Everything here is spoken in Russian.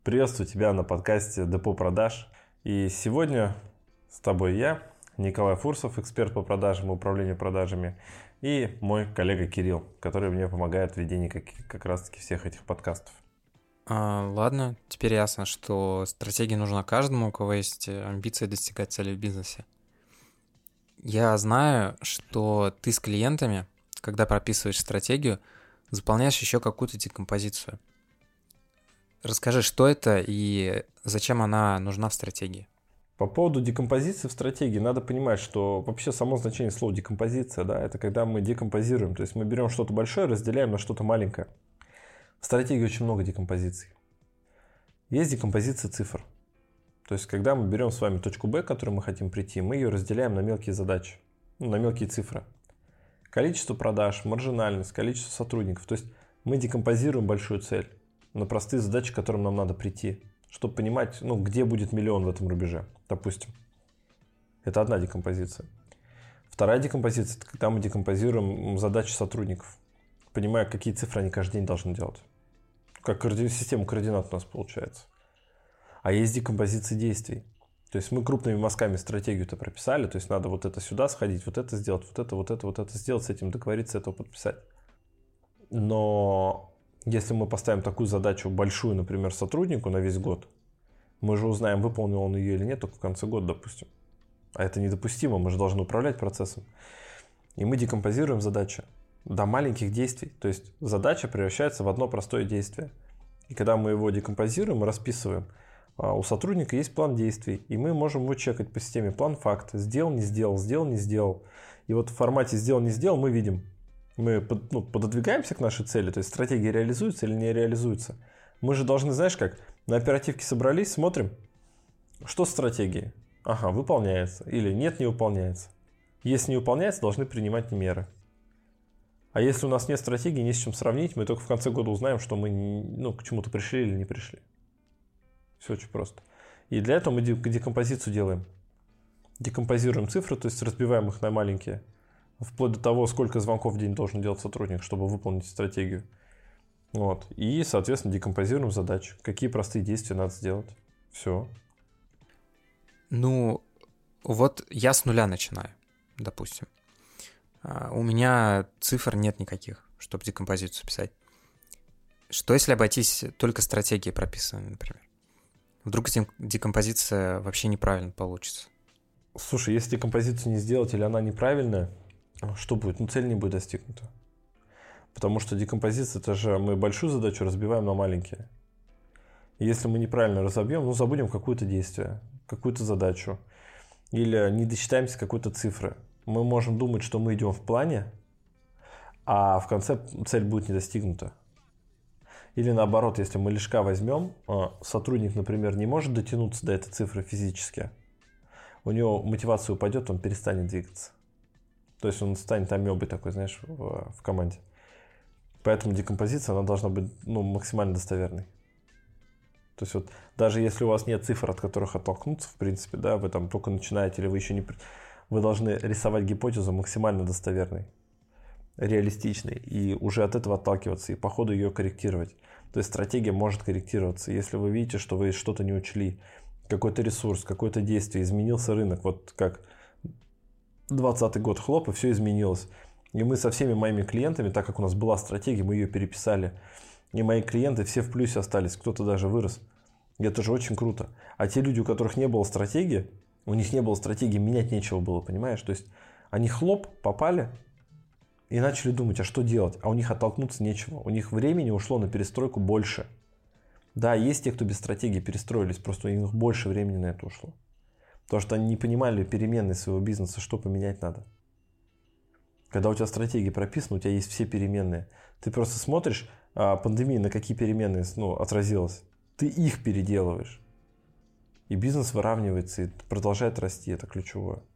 Приветствую тебя на подкасте Депо продаж. И сегодня с тобой я, Николай Фурсов, эксперт по продажам и управлению продажами, и мой коллега Кирилл, который мне помогает в ведении как раз-таки всех этих подкастов. Ладно, теперь ясно, что стратегия нужна каждому, у кого есть амбиции достигать цели в бизнесе. Я знаю, что ты с клиентами, когда прописываешь стратегию, заполняешь еще какую-то декомпозицию. Расскажи, что это и зачем она нужна в стратегии? По поводу декомпозиции в стратегии надо понимать, что вообще само значение слова декомпозиция, да, это когда мы декомпозируем, то есть мы берем что-то большое, разделяем на что-то маленькое. В стратегии очень много декомпозиций. Есть декомпозиция цифр. То есть когда мы берем с вами точку Б, к которой мы хотим прийти, мы ее разделяем на мелкие задачи, на мелкие цифры. Количество продаж, маржинальность, количество сотрудников. То есть мы декомпозируем большую цель на простые задачи, к которым нам надо прийти, чтобы понимать, где будет миллион в этом рубеже, допустим. Это одна декомпозиция. Вторая декомпозиция – это когда мы декомпозируем задачи сотрудников, понимая, какие цифры они каждый день должны делать. Как система координат у нас получается. А есть декомпозиция действий. То есть мы крупными мазками стратегию-то прописали, то есть надо вот это сюда сходить, вот это сделать, вот это сделать, с этим договориться, этого подписать. Но если мы поставим такую задачу большую, например, сотруднику на весь год, мы же узнаем, выполнил он ее или нет, только в конце года, допустим. А это недопустимо, мы же должны управлять процессом. И мы декомпозируем задачи до маленьких действий. То есть задача превращается в одно простое действие. И когда мы его декомпозируем, мы расписываем, у сотрудника есть план действий, и мы можем его чекать по системе план-факт. Сделал, не сделал, сделал, не сделал. И вот в формате сделал, не сделал мы видим, мы пододвигаемся к нашей цели, то есть стратегия реализуется или не реализуется. Мы же должны, знаешь как, на оперативке собрались, смотрим, что с стратегией? Ага, выполняется. Или нет, не выполняется. Если не выполняется, должны принимать меры. А если у нас нет стратегии, не с чем сравнить, мы только в конце года узнаем, что мы к чему-то пришли или не пришли. Все очень просто. И для этого мы декомпозицию делаем. Декомпозируем цифры, то есть разбиваем их на маленькие, вплоть до того, сколько звонков в день должен делать сотрудник, чтобы выполнить стратегию. Вот. И, соответственно, декомпозируем задачи. Какие простые действия надо сделать. Все. Вот я с нуля начинаю, допустим. У меня цифр нет никаких, чтобы декомпозицию писать. Что если обойтись только стратегией прописанной, например? Вдруг декомпозиция вообще неправильно получится? Слушай, если декомпозицию не сделать или она неправильная, что будет? Цель не будет достигнута. Потому что декомпозиция, это же мы большую задачу разбиваем на маленькие. И если мы неправильно разобьем, забудем какое-то действие, какую-то задачу. Или не досчитаемся какой-то цифры. Мы можем думать, что мы идем в плане, а в конце цель будет не достигнута. Или наоборот, если мы лишка возьмем, сотрудник, например, не может дотянуться до этой цифры физически, у него мотивация упадет, он перестанет двигаться. То есть он станет амебой такой, знаешь, в команде. Поэтому декомпозиция, она должна быть максимально достоверной. То есть вот даже если у вас нет цифр, от которых оттолкнуться, в принципе, да, вы там только начинаете, или вы еще не... Вы должны рисовать гипотезу максимально достоверной, реалистичной, и уже от этого отталкиваться, и по ходу ее корректировать. То есть стратегия может корректироваться. Если вы видите, что вы что-то не учли, какой-то ресурс, какое-то действие, изменился рынок, вот как 2020 год, хлоп, и все изменилось. И мы со всеми моими клиентами, так как у нас была стратегия, мы ее переписали. И мои клиенты все в плюсе остались, кто-то даже вырос. И это же очень круто. А те люди, у которых не было стратегии, у них не было стратегии, менять нечего было, понимаешь? То есть они хлоп, попали и начали думать, а что делать? А у них оттолкнуться нечего. У них времени ушло на перестройку больше. Да, есть те, кто без стратегии перестроились, просто у них больше времени на это ушло. Потому что они не понимали переменные своего бизнеса, что поменять надо. Когда у тебя стратегия прописана, у тебя есть все переменные. Ты просто смотришь, пандемия на какие переменные отразилась. Ты их переделываешь. И бизнес выравнивается и продолжает расти. Это ключевое.